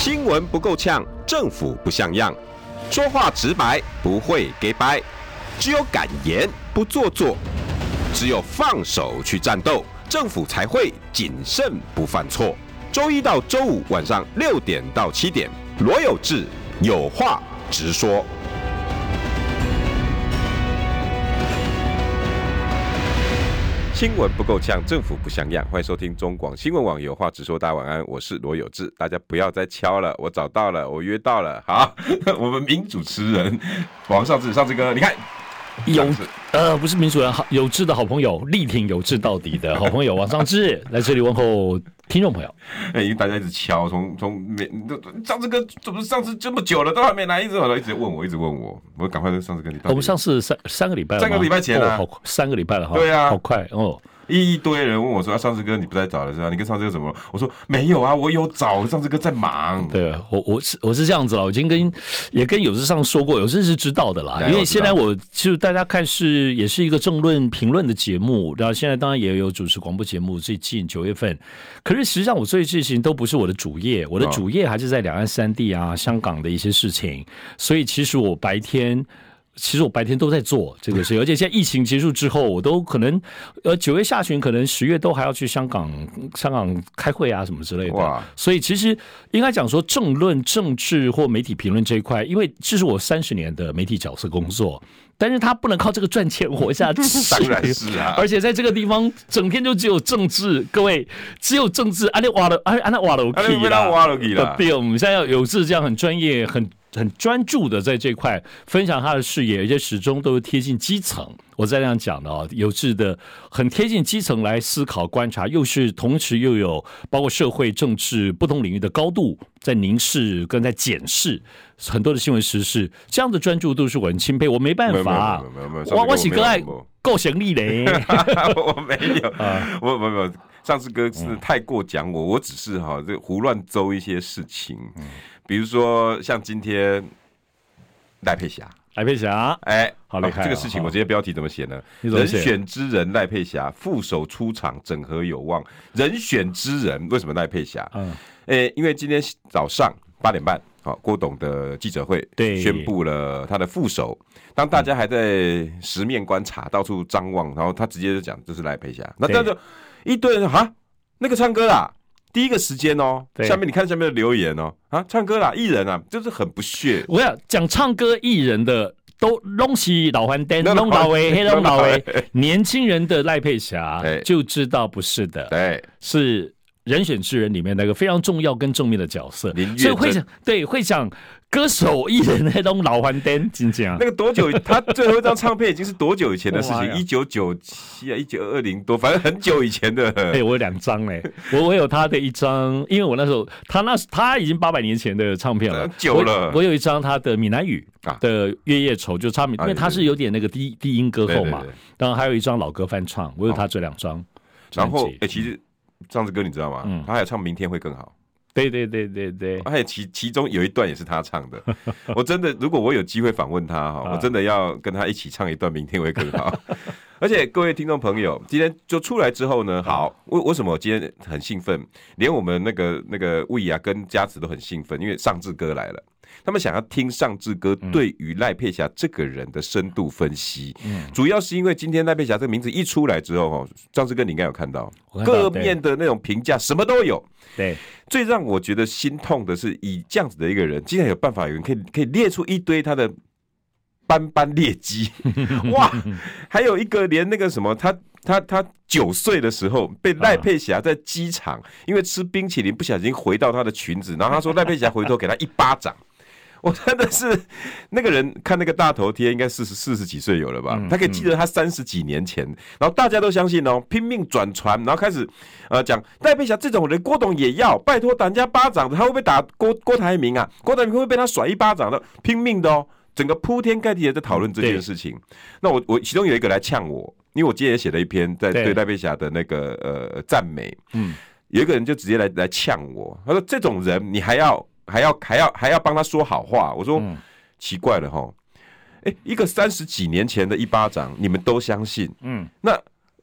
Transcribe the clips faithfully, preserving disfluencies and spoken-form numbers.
新闻不够呛，政府不像样，说话直白，不会给掰，只有敢言不做作，只有放手去战斗，政府才会谨慎不犯错。周一到周五晚上六点到七点，罗有志有话直说。新闻不够呛，政府不像样。欢迎收听中广新闻网有话直说。大家晚安，我是罗有志。大家不要再敲了，我找到了，我约到了。好，我们名主持人王尚志，尚志哥，你看有呃不是民主人，有志的好朋友，力挺有志到底的好朋友王尚志，来这里问候听众朋友。 哎、欸，因为大家一直敲，从从没上次哥怎么上次这么久了都还没来，一直一直问我，一直问我，我赶快跟上次跟你到底。 我们上次三三个礼拜了， 三个礼拜前啊， 哦、好三个礼拜了哈， 对啊， 好快哦。 一堆人问我说：“啊，上次哥你不在找了是吧？你跟上次哥怎么了？”我说：“没有啊，我有找，上次哥在忙。” 对，我我是我是这样子了，我已经跟也跟有志上说过，有志是知道的啦。因为现在我就大家看是也是一个政论评论的节目，然后现在当然也有主持广播节目，最近九月份。可是实际上我做这些事情都不是我的主业，我的主业还是在两岸三地啊、香港的一些事情，所以其实我白天。其实我白天都在做这个事，而且现在疫情结束之后，我都可能呃九月下旬，可能十月都还要去香港香港开会啊什么之类的。所以其实应该讲说政论、政治或媒体评论这一块，因为这是我三十年的媒体角色工作，但是他不能靠这个赚钱活下去。 当然是啊， 而且在这个地方整天就只有政治，各位只有政治，安尼挖了安安那挖了 OK 啦， 挖了 OK 啦。 对，我们现在要有志这样很专业很。很专注的在这块分享他的视野，而且始终都是贴近基层。我再这样讲的哦，有志的很贴近基层来思考观察，又是同时又有包括社会政治不同领域的高度在凝视跟在检视很多的新闻时事，这样的专注度是我很钦佩，我没办法，我我是个爱够贤力嘞， 我没有，我没有，上次哥是太过讲我，我只是哈这胡乱诌一些事情。比如说，像今天赖佩霞， 赖佩霞， 哎， 好厉害、哦！ 这个事情我今天标题怎么写呢？人选之人赖佩霞副手出场，整合有望。人选之人为什么赖佩霞？嗯，哎，因为今天早上八点半，好，郭董的记者会宣布了他的副手。当大家还在十面观察、到处张望，然后他直接就讲这是赖佩霞。那这样就一堆人说哈，那个唱歌啦。第一个时间哦，下面你看下面的留言哦，啊，唱歌啦，艺人啊，就是很不屑。 我想讲唱歌艺人的都拢是老番灯，拢老诶，黑拢老诶，年轻人的赖佩霞就知道不是的， 对， 是人选之人里面那个非常重要跟正面的角色，所以会讲对会讲。歌手艺人那种老番灯，真正那个多久？他最后一张唱片已经是多久以前的事情？一九九七啊，一九二零多，反正很久以前的。 哎、欸，我有两张嘞，我我有他的一张，因为我那时候他那他已经八百年前的唱片了， 久了。 我, 我有一张他的闽南语的《月夜愁》，就差，因为他是有点那个低低音歌后嘛。然后还有一张老歌翻唱，我有他这两张。 然后，哎、欸，其实上次歌你知道吗？嗯、他还有唱《明天会更好》。 对对对对对， 而且其其中有一段也是他唱的，我真的如果我有机会访问他哈，我真的要跟他一起唱一段《明天会更好》。而且各位听众朋友，今天就出来之后呢，好，为为什么我今天很兴奋？连我们那个那个魏啊跟嘉慈都很兴奋，因为尚志哥来了。他们想要听尚志哥对于赖佩霞这个人的深度分析，嗯、主要是因为今天赖佩霞这个名字一出来之后，尚志哥你应该有看到，看到各面的那种评价，什么都有。 对， 最让我觉得心痛的是，以这样子的一个人，竟然有办法有人可以可以列出一堆他的斑斑劣迹，哇！还有一个连那个什么，他他他九岁的时候被赖佩霞在机场，因为吃冰淇淋不小心回到他的裙子，然后他说赖佩霞回头给他一巴掌。我真的是那个人看那个大头贴，应该四十四十几岁有了吧？他可以记得他三十几年前，然后大家都相信哦，拼命转传，然后开始呃讲赖佩霞这种人，郭董也要拜托打人家巴掌的，他会不会打郭郭台铭啊？郭台铭会不会被他甩一巴掌的？拼命的哦，整个铺天盖地的在讨论这件事情。那我我其中有一个来呛我，因为我今天也写了一篇在对赖佩霞的那个呃赞美，嗯，有一个人就直接来来呛我，他说这种人你还要。还要还要还要帮他说好话，我说、嗯、奇怪了哈，哎，一个三十几年前的一巴掌，你们都相信，嗯，那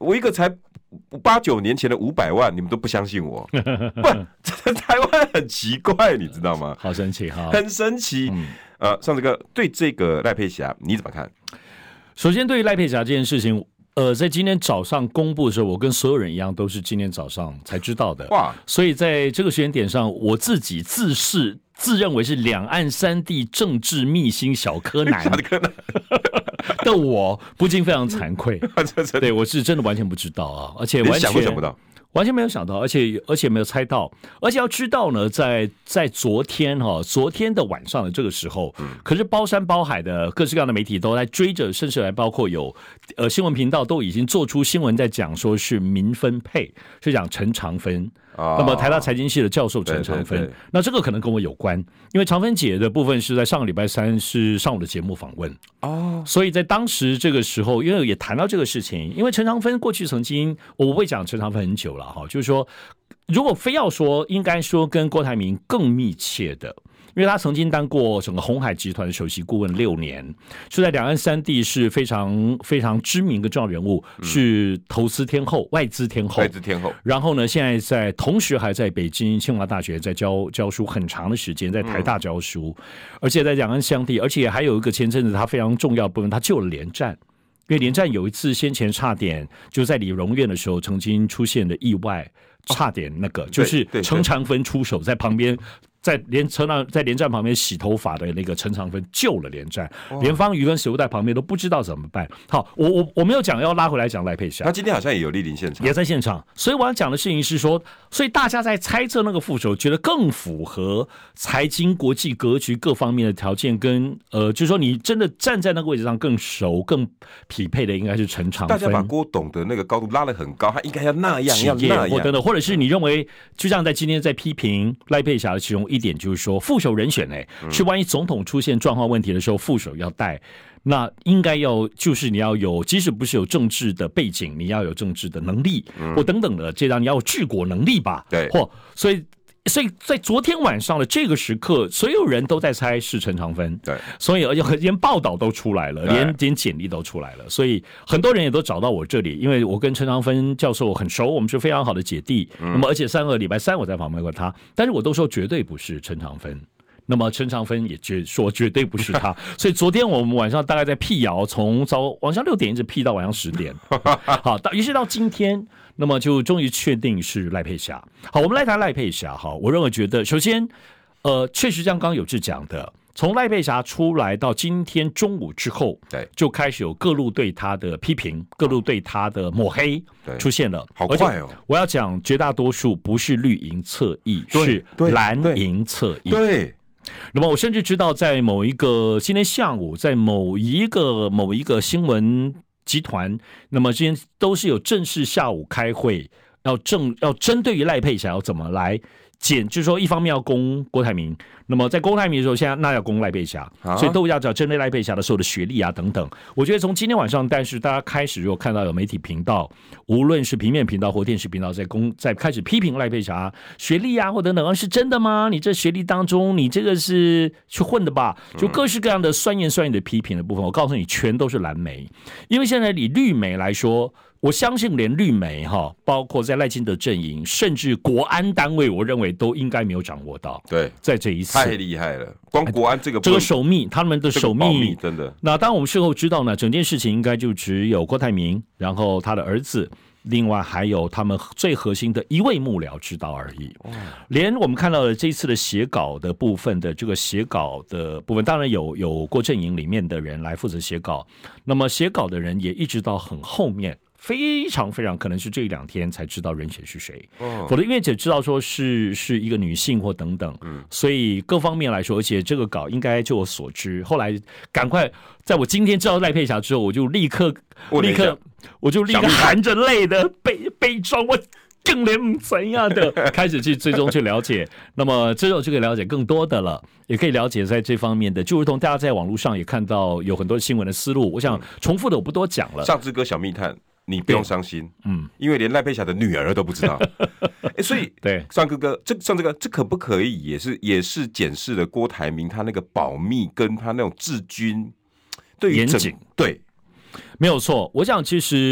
我一个才八九年前的五百万，你们都不相信我，不，台湾很奇怪，你知道吗？ 好神奇哈， 很神奇。嗯、呃，上这个对这个赖佩霞你怎么看？ 首先，对于赖佩霞这件事情，呃，在今天早上公布的时候，我跟所有人一样，都是今天早上才知道的。哇！所以在这个时间点上，我自己自视自认为是两岸三地政治秘辛小柯南的我，不禁非常惭愧。对，我是真的完全不知道啊，而且完全想都想不到。 完全没有想到，而且而且没有猜到，而且要知道呢，在在昨天哈、哦，昨天的晚上的这个时候，嗯、可是包山包海的各式各样的媒体都在追着，甚至还包括有呃新闻频道都已经做出新闻在讲说是民分配，是讲陈长芬。哦、那么台大财经系的教授陈长芬，对对对，那这个可能跟我有关，因为长芬姐的部分是在上个礼拜三是上午的节目访问哦，所以在当时这个时候，因为也谈到这个事情，因为陈长芬过去曾经，我不会讲陈长芬很久了哈，就是说，如果非要说，应该说跟郭台铭更密切的。因为他曾经当过整个鸿海集团的首席顾问六年，是在两岸三地是非常非常知名的重要人物，嗯、是投资天后、外资天后、 外资天后。然后呢，现在在同时还在北京清华大学在教教书很长的时间，在台大教书，嗯、而且在两岸三地，而且还有一个前阵子他非常重要的部分，他救了连战。因为连战有一次先前差点就在理容院的时候曾经出现的意外，差点那个、哦、就是陈长芬出手在旁边。在连车上在连战旁边洗头发的那个陈长芬救了连战，连方瑜跟石油在旁边都不知道怎么办。好，我我我没有讲要拉回来讲赖佩霞， 他今天好像也有莅临现场， 也在现场。所以我要讲的事情是说，所以大家在猜测那个副手，觉得更符合财经国际格局各方面的条件跟，呃，就是说你真的站在那个位置上更熟、更匹配的，应该是陈长芬。 大家把郭董的那个高度拉得很高，他应该要那样，要那样， 或等等，或者是你认为，就像在今天在批评赖佩霞的其中一点就是说，副手人选呢、欸，是万一总统出现状况问题的时候，副手要带，那应该要就是你要有，即使不是有政治的背景，你要有政治的能力，嗯、或等等的，这样你要有治国能力吧？ 对， 或所以。所以在昨天晚上的这个时刻，所有人都在猜是陈长芬，对，所以而且连报道都出来了，连连简历都出来了，所以很多人也都找到我这里，因为我跟陈长芬教授很熟，我们是非常好的姐弟。嗯、那么而且上个礼拜三我在访问过他，但是我都说绝对不是陈长芬。那么陈长芬也绝说绝对不是他，所以昨天我们晚上大概在辟谣，从早晚上六点一直辟到晚上十点，好，到于是到今天，那么就终于确定是赖佩霞。好，我们来谈赖佩霞。好，我认为觉得首先，呃，确实像刚刚有志讲的，从赖佩霞出来到今天中午之后，对，就开始有各路对他的批评，各路对他的抹黑出现了， 好快哦！ 我要讲绝大多数不是绿营侧翼，是蓝营侧翼， 对。 那么我甚至知道，在某一个今天下午，在某一个某一个新闻集团，那么今天都是有正式下午开会，要正要针对于赖佩霞要怎么来检，就是说一方面要攻郭台铭，那么在攻台铭的时候，现在那要攻赖佩霞，啊、所以都要找针对赖佩霞的所有的学历啊等等。我觉得从今天晚上，但是大家开始如果看到有媒体频道，无论是平面频道或电视频道，在攻在开始批评赖佩霞学历啊或等等，是真的吗？你这学历当中，你这个是去混的吧？就各式各样的酸言酸语的批评的部分，我告诉你，全都是蓝媒，因为现在以绿媒来说。我相信连绿媒哈，包括在赖清德阵营，甚至国安单位，我认为都应该没有掌握到。 对， 在这一次太厉害了，光国安这个这个守密，他们的守密、 这个、密真的。 那当然我们事后知道呢，整件事情应该就只有郭台铭，然后他的儿子。另外还有他们最核心的一位幕僚知道而已，连我们看到的这一次的写稿的部分的这个写稿的部分，当然有有郭阵营里面的人来负责写稿，那么写稿的人也一直到很后面。非常非常可能是这一两天才知道人选是谁，哦、否则因为只知道说是是一个女性或等等，嗯、所以各方面来说，而且这个稿应该就我所知，后来赶快在我今天知道赖佩霞之后，我就立刻立刻我就立刻含着泪的悲悲壮，我更连怎样的开始去最终去了解，那么之后就可以了解更多的了，也可以了解在这方面的，就如同大家在网络上也看到有很多新闻的思路，我想重复的我不多讲了。 上之哥小密探。你不用伤心，嗯，因为连赖佩霞的女儿都不知道，欸、所以对上哥哥，这上这个这可不可以也是也是检视了郭台铭他那个保密跟他那种治军对于严谨， 对， 没有错。我想其实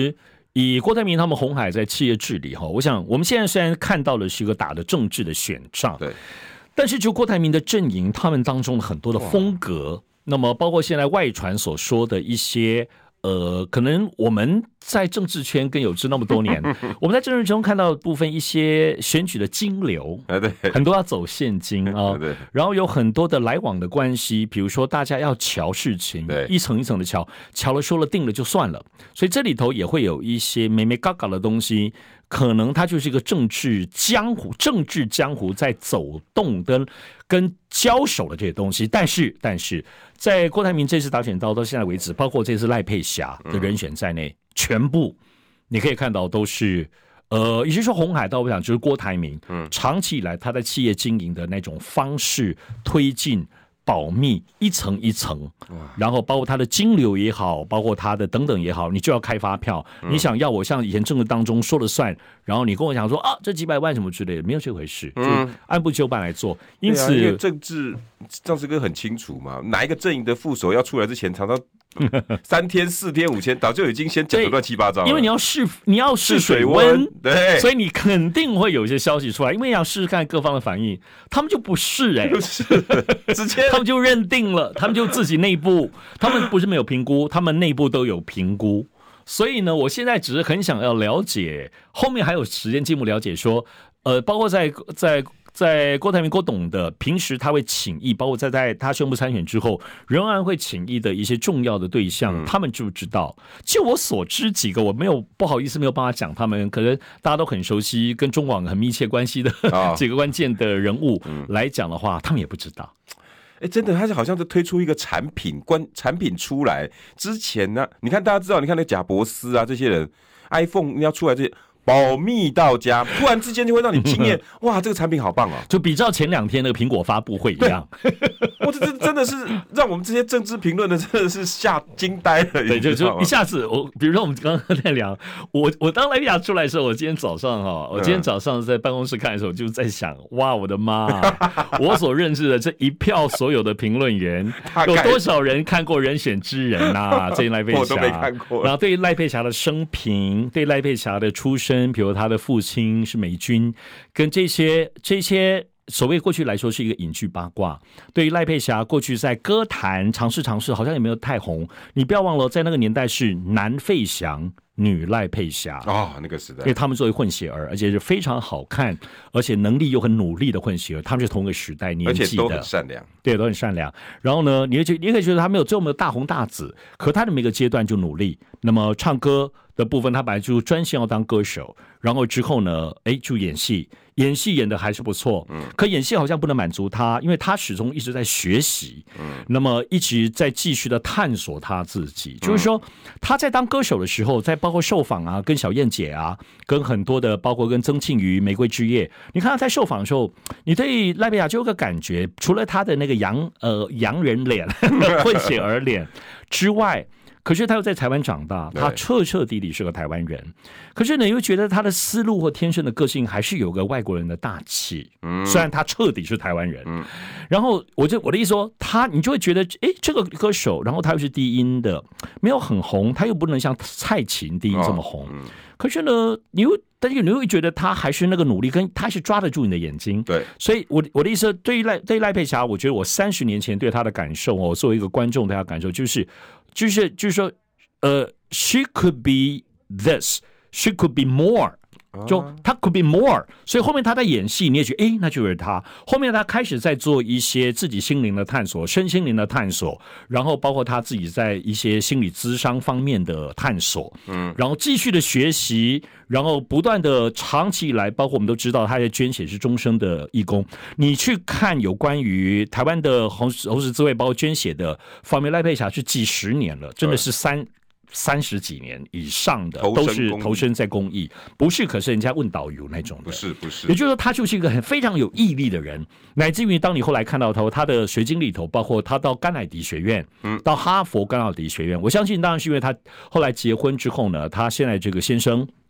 以郭台铭他们鸿海在企业治理哈，我想我们现在虽然看到的是一个打的政治的选仗， 对， 但是就郭台铭的阵营，他们当中很多的风格，那么包括现在外传所说的一些。呃，可能我们在政治圈更有知那么多年，我们在政治中看到的部分一些选举的金流， 啊、对， 很多要走现金啊，对，然后有很多的来往的关系，比如说大家要瞧事情， 对， 一层一层的瞧，瞧了说了定了就算了，所以这里头也会有一些眉眉角角的东西。可能它就是一个政治江湖，政治江湖在走动跟跟交手的这些东西。但是，但是在郭台铭这次打选到到现在为止，包括这次赖佩霞的人选在内，嗯、全部你可以看到都是呃，也就是说鸿海，到我想就是郭台铭，嗯，长期以来他在企业经营的那种方式推进。保密一层一层，然后包括它的金流也好，包括它的等等也好，你就要开发票。嗯、你想要我像以前政治当中说了算，然后你跟我讲说啊，这几百万什么之类的，没有这回事，就按部就班来做。嗯、因此， 啊、因为政治赵志哥很清楚嘛，哪一个阵营的副手要出来之前，常常。三天四天五天，早就已经先讲的乱七八糟了。 因为你要试，你要试水温，对，所以你肯定会有一些消息出来。因为要试试看各方的反应，他们就不是哎、欸， 是直接他们就认定了，他们就自己内部，他们不是没有评估，他们内部都有评估。所以呢，我现在只是很想要了解，后面还有时间进一步了解说，呃，包括在在。在郭台铭郭董的平时他会请益，包括在在他宣布参选之后仍然会请益的一些重要的对象，嗯、他们知不知道？就我所知几个我没有不好意思没有办法讲他们，可能大家都很熟悉跟中广很密切关系的、哦、几个关键的人物来讲的话，他们也不知道。 哎，真的，他是好像是推出一个产品，关产品出来之前呢，你看大家知道，你看那贾伯斯啊这些人 ，iPhone 要出来这些。保密到家，突然之间就会让你惊艳，哇！这个产品好棒啊， 就比照前两天那个苹果发布会一样。 哇，这这真的是让我们这些政治评论的真的是吓惊呆了。 对，就就一下子，我比如说我们刚刚在聊，我我当莱比亚出来的时候，我今天早上哈，我今天早上在办公室看的时候，就在想，哇，我的妈、啊！我所认识的这一票所有的评论员，有多少人看过《人选之人》啊？这赖佩霞我都没看过。 然后对赖佩霞的生平，对赖佩霞的出身。比如他的父亲是美军，跟这些这些所谓过去来说是一个影剧八卦。对于赖佩霞过去在歌坛尝试尝试，好像也没有太红。你不要忘了，在那个年代是男费翔。女赖佩霞哦，那个时代， 因为他们作为混血儿，而且是非常好看，而且能力又很努力的混血儿，他们是同一个时代年纪的， 而且都很善良， 对，都很善良。然后呢，你会觉你可以觉得他没有这么大红大紫，可他的每个阶段就努力。那么唱歌的部分，他本来就专心要当歌手，然后之后呢，哎，就演戏，演戏演的还是不错，嗯，可演戏好像不能满足他，因为他始终一直在学习，嗯，那么一直在继续的探索他自己，嗯、就是说他在当歌手的时候，在包括受访啊，跟小燕姐啊，跟很多的，包括跟曾庆瑜、玫瑰之夜，你看他在受访的时候，你对赖佩霞就有个感觉，除了他的那个洋呃洋人脸、混血儿脸之外。可是他又在台湾长大，他彻彻底底是个台湾人。可是呢，又觉得他的思路或天生的个性还是有个外国人的大气。嗯，虽然他彻底是台湾人。嗯，然后我就我的意思说，他你就会觉得，哎，这个歌手，然后他又是低音的，没有很红，他又不能像蔡琴低音这么红。哦嗯、可是呢，你又但是你会觉得他还是那个努力，跟他是抓得住你的眼睛。对，所以我我的意思，对于赖对于赖佩霞，我觉得我三十年前对他的感受哦，作为一个观众对他的感受就是。就是就是说，呃 ，she could be this, she could be more， 就她 could be more， 所以后面她在演戏，你也觉得，哎，那就是她。后面她开始在做一些自己心灵的探索、身心灵的探索，然后包括她自己在一些心理咨商方面的探索，嗯，然后继续的学习。然后不断的长期以来，包括我们都知道他的捐血是终身的义工。你去看有关于台湾的红红十字会包括捐血的方面，赖佩霞是几十年了，真的是三三十几年以上的，都是投身在公益，不是可是人家问导游那种的， 不是不是。 也就是说，他就是一个很非常有毅力的人，乃至于当你后来看到他他的学经历头，包括他到甘乃迪学院，嗯，到哈佛甘乃迪学院，我相信当然是因为他后来结婚之后呢，他现在这个先生。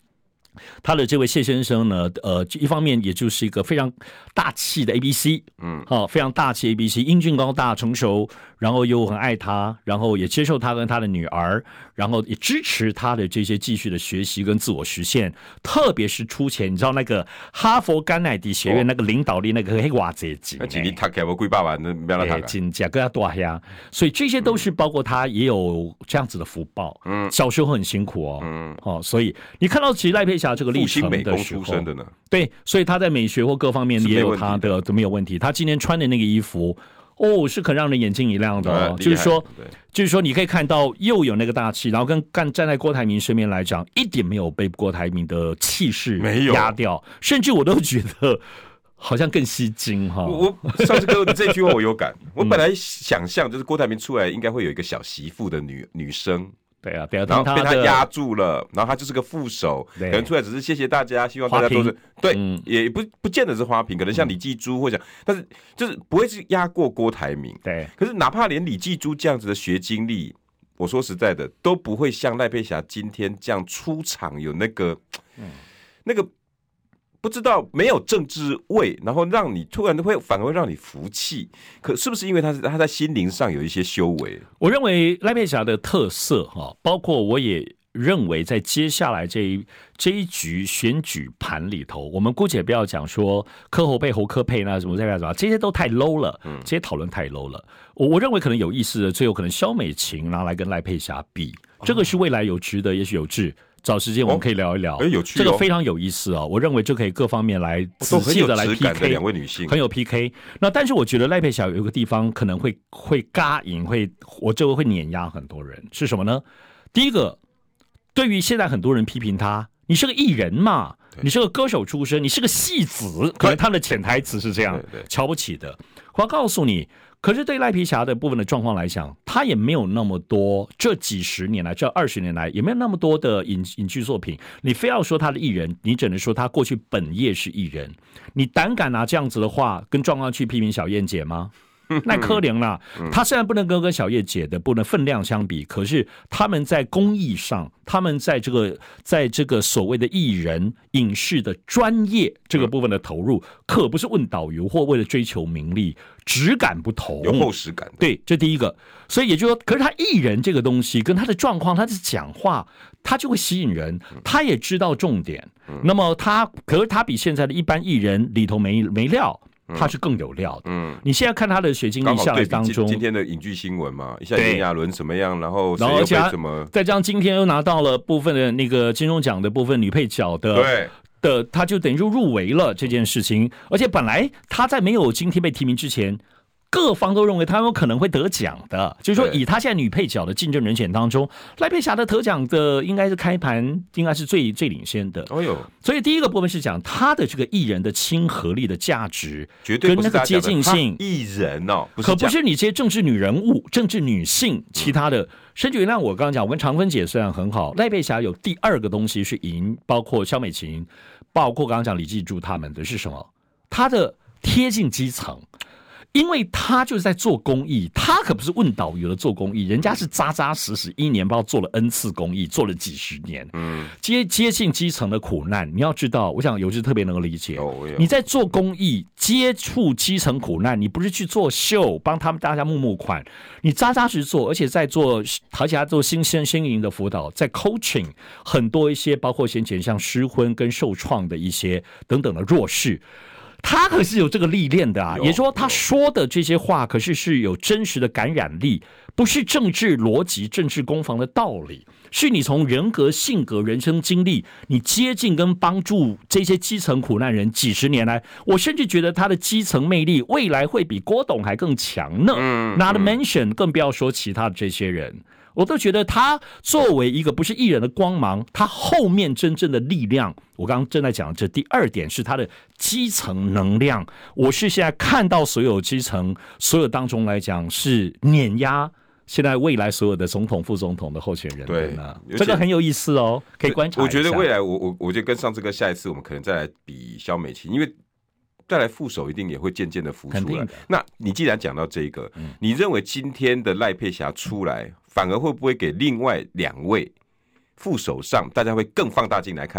他的这位谢先生呢，呃，一方面也就是一个非常大气的 A B C， 嗯，好、哦，非常大气 A B C， 英俊高大成熟，然后又很爱他，然后也接受他跟他的女儿，然后也支持他的这些继续的学习跟自我实现，特别是出钱，你知道那个哈佛甘乃迪学院那个领导力那个黑瓦这级， 那请你他给我贵爸爸，那不要让他金价跟他多呀，所以这些都是包括他也有这样子的福报，嗯，小时候很辛苦哦，嗯，哦，所以你看到其实赖佩霞这个历程的时候， 出身的呢， 对，所以他在美学或各方面也有他的都没有问题。他今天穿的那个衣服，哦，是很让人眼睛一亮的哦。就是说，就是说，你可以看到又有那个大气，然后跟干站在郭台铭身边来讲，一点没有被郭台铭的气势压掉，甚至我都觉得好像更吸睛哈。 我我上次哥的这句话我有感，我本来想象就是郭台铭出来应该会有一个小媳妇的女女生。 对啊，对啊， 然后被他压住了，然后他就是个副手，可能出来只是谢谢大家，希望大家都是对，嗯、也不不见得是花瓶，可能像李继珠或者，但是就是不会是压过郭台铭。 对， 可是哪怕连李继珠这样子的学经历，我说实在的，都不会像赖佩霞今天这样出场有那个，嗯、那个。不知道没有政治味，然后让你突然会反而会让你服气，可是不是因为他是他在心灵上有一些修为？ 我认为赖佩霞的特色哈，包括我也认为在接下来这一这一局选举盘里头，我们姑且不要讲说柯侯配侯柯配那什么这什么，这些都太 low 了，这些讨论太 low 了。我我认为可能有意思的，最有可能萧美琴拿来跟赖佩霞比，这个是未来有值的，也许有志。找时间我们可以聊一聊， 哦有趣哦、 这个非常有意思啊、哦！我认为就可以各方面来仔细的来 P K 两位女性， 很有 P K。那但是我觉得赖佩霞有一个地方可能会会嘎赢，会我这个会碾压很多人，是什么呢？第一个，对于现在很多人批评他，你是个艺人嘛，你是个歌手出身，你是个戏子，可能他的潜台词是这样，对对瞧不起的。我要告诉你。可是对赖皮侠的部分的状况来讲，他也没有那么多，这几十年来，这二十年来也没有那么多的影影剧作品。你非要说他的艺人，你只能说他过去本业是艺人。你胆敢拿这样子的话跟状况去批评小燕姐吗？那可怜啦，他虽然不能跟跟小叶姐的不能分量相比，可是他们在工艺上，他们在这个在这个所谓的艺人影视的专业这个部分的投入，可不是问导游或为了追求名利，质感不同， 有厚实感的。 对，这第一个。所以也就是说，可是他艺人这个东西跟他的状况，他的讲话，他就会吸引人，他也知道重点。那么他，可是他比现在的一般艺人里头没没料。他是更有料的。嗯，你现在看他的学经历下来当中， 今天的影剧新闻嘛，一下炎亚纶怎么样，然后然后而且怎么， 再加上今天又拿到了部分的那个金钟奖的部分女配角的， 对的，他就等于就入围了这件事情。而且本来他在没有今天被提名之前，各方都认为他有可能会得奖的，就是说以他现在女配角的竞争人选当中，赖佩霞的得奖的应该是开盘应该是最最领先的。 哦呦， 所以第一个部分是讲他的这个艺人的亲和力的价值， 绝对跟那个接近性。 艺人哦，不是可不是你这些政治女人物、政治女性，其他的。甚至原谅我刚刚讲，我跟长芬姐虽然很好，赖佩霞有第二个东西是赢，包括萧美琴，包括刚刚讲李济珠他们的是什么？他的贴近基层。因为他就是在做公益，他可不是问导游的做公益，人家是扎扎实实一年不知道做了 N 次公益，做了几十年，嗯，接接近基层的苦难。你要知道，我想有志特别能够理解，哦、你在做公益，接触基层苦难，你不是去做秀，帮他们大家募募款，你扎扎实做，而且在做，而且在做新鲜新营的辅导，在 coaching 很多一些，包括先前像失婚跟受创的一些等等的弱势。他可是有这个历练的啊，也说他说的这些话可是是有真实的感染力，不是政治逻辑、政治攻防的道理，是你从人格、性格、人生经历，你接近跟帮助这些基层苦难人几十年来，我甚至觉得他的基层魅力未来会比郭董还更强呢。嗯 ，Not mention， 更不要说其他的这些人。我都觉得他作为一个不是艺人的光芒，他后面真正的力量，我刚刚正在讲这第二点是他的基层能量。我是现在看到所有基层所有当中来讲是碾压现在未来所有的总统、副总统的候选人的呢，这个很有意思哦，可以观察一下。 我觉得未来我我我就跟上次跟下一次我们可能再来比萧美琴，因为再来副手一定也会渐渐的浮出来。那你既然讲到这个，嗯、你认为今天的赖佩霞出来，反而会不会给另外两位副手上，大家会更放大镜来看？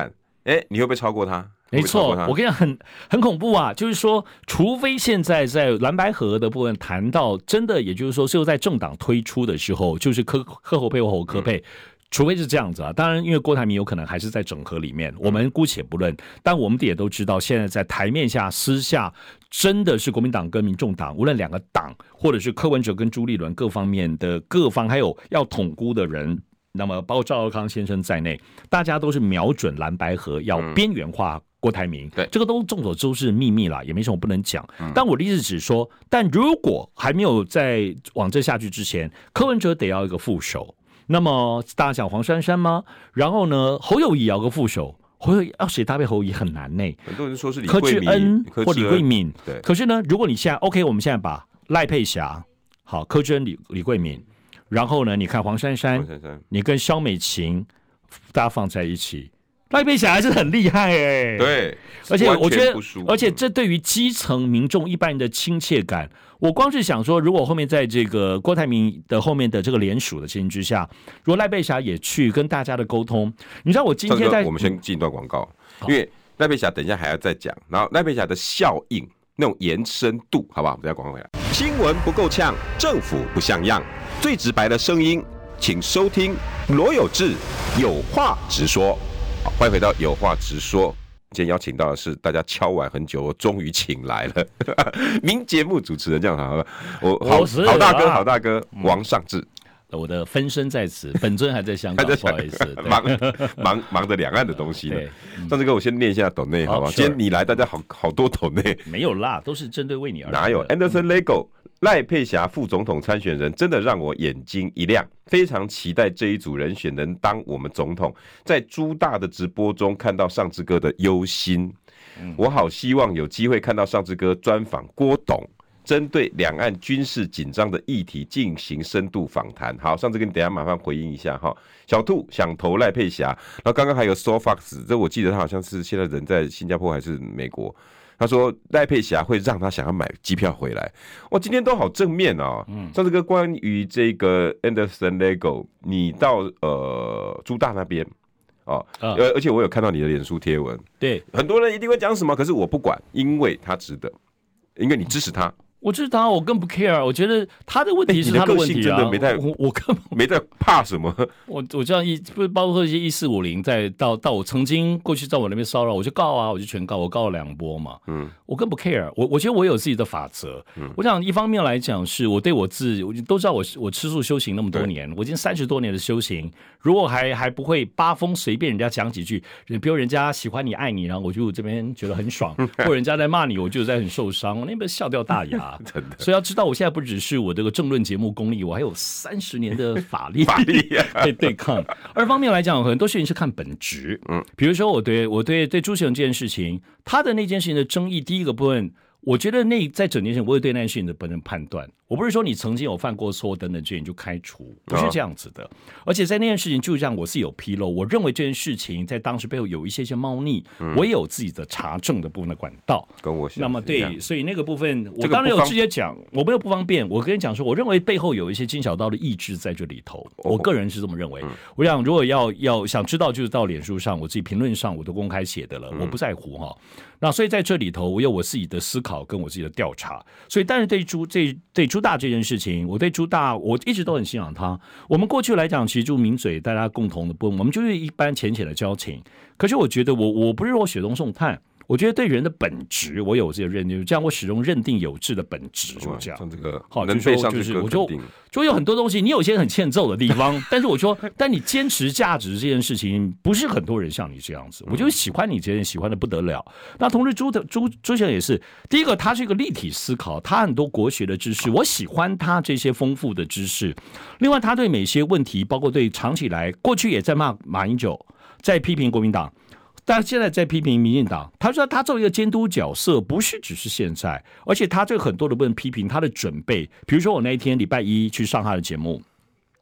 哎，你会不会超过他？ 没错，我跟你讲，很很恐怖啊！就是说，除非现在在蓝白合的部分谈到真的，也就是说，只有在政党推出的时候，就是柯柯侯配或侯柯配。嗯，除非是这样子啊，当然，因为郭台铭有可能还是在整合里面，我们姑且不论。但我们也都知道，现在在台面下、私下，真的是国民党跟民众党，无论两个党，或者是柯文哲跟朱立伦各方面的各方，还有要统估的人，那么包括赵少康先生在内，大家都是瞄准蓝白合，要边缘化郭台铭。对，这个都众所周知的秘密啦，也没什么不能讲。但我的意思只是说，但如果还没有在往这下去之前，柯文哲得要一个副手。那么大家讲黄珊珊吗？然后呢，侯友宜要个副手，侯友宜要谁搭配侯友宜很难呢、欸。 很多人说是李柯志恩或李桂敏， 对。 可是呢，如果你现在 OK， 我们现在把赖佩霞、好柯志恩、李李桂敏，然后呢，你看黄珊珊，你跟萧美琴，大家放在一起。赖佩霞还是很厉害哎、欸， 对， 而且我觉得，而且这对于基层民众一般人的亲切感，我光是想说，如果后面在这个郭台铭的后面的这个联署的情形之下，如果赖佩霞也去跟大家的沟通，你知道我今天在， 我们先进一段广告，因为赖佩霞等一下还要再讲，然后赖佩霞的效应那种延伸度，好不好？我们再广告回来。新闻不够呛，政府不像样，最直白的声音，请收听罗有志有话直说。好，欢迎回到有话直说。今天邀请到的是大家敲碗很久，我终于请来了名节目主持人，这样好了，我好好大哥，好大哥王尚志。 我的分身在此，本尊还在香港，不好意思， 忙忙忙着两岸的东西呢。尚志哥，我先念一下抖内，好不好？今天你来，大家好好多抖内， 没有啦，都是针对为你而来。 哪有 Anderson Lego 赖佩霞副总统参选人，真的让我眼睛一亮，非常期待这一组人选能当我们总统。在朱大的直播中看到尚志哥的忧心，我好希望有机会看到尚志哥专访郭董。针对两岸军事紧张的议题进行深度访谈。好，上次跟你等一下麻烦回应一下哈。小兔想投赖佩霞，然后刚刚还有 SoFox， 这我记得他好像是现在人在新加坡还是美国。他说赖佩霞会让他想要买机票回来。哇，今天都好正面哦。嗯，上次跟关于这个 Anderson Lego， 你到呃朱大那边。哦，而而且我有看到你的脸书贴文， 对， 很多人一定会讲什么，可是我不管，因为他值得，因为你支持他。 我知道，我更不 care。我觉得他的问题是他的问题啊， 欸、你的个性真的没在， 我我根本没在怕什么。 我我这样一不包括一些一四五零，在到到我曾经过去在我那边骚扰，我就告啊，我就全告，我告了两波嘛。嗯，我更不 care。我我觉得我有自己的法则。嗯，我想一方面来讲是我对我自己，我都知道我我吃素修行那么多年，我已经三十多年的修行，如果还还不会八风随便人家讲几句，比如人家喜欢你爱你，然后我就这边觉得很爽，或者人家在骂你，我就在很受伤，我那边笑掉大牙。真的，所以要知道，我现在不只是我这个政论节目功力，我还有三十年的法力， 法力可以对抗。二方面来讲，很多事情是看本质。嗯，比如说我对我对对朱学恒这件事情，他的那件事情的争议，第一个部分，我觉得那在整件事情，我有对那件事情的本人判断。我不是说你曾经有犯过错等等这件就开除，不是这样子的。而且在那件事情，就像我是有纰漏，我认为这件事情在当时背后有一些些猫腻，嗯、我也有自己的查证的部分的管道。 跟我想那么对，所以那个部分我当然有直接讲，我没有不方便。我跟你讲说，我认为背后有一些金小刀的意志在这里头，我个人是这么认为。嗯、我想如果要要想知道，就是到脸书上我自己评论上我都公开写的了，嗯、我不在乎哈。那所以在这里头，我有我自己的思考跟我自己的调查。所以，但是对朱这对朱大这件事情，我对朱大我一直都很欣赏他。我们过去来讲，其实就名嘴大家共同的部分，我们就是一般浅浅的交情。可是我觉得我我不是说雪中送炭。我觉得对人的本质，我有这个认定，这样我始终认定有志的本质，就这样。 像这个好， 能被上就是我就就有很多东西，你有些很欠揍的地方，但是我说，但你坚持价值这件事情，不是很多人像你这样子。我就喜欢你这件，喜欢的不得了。那同时朱的朱朱先生也是，第一个他是一个立体思考，他很多国学的知识，我喜欢他这些丰富的知识。另外，他对每些问题，包括对长期以来过去也在骂马英九，在批评国民党。但现在在批评民进党，他说他作为一个监督角色，不是只是现在，而且他对很多的问批评他的准备。比如说我那一天礼拜一去上他的节目，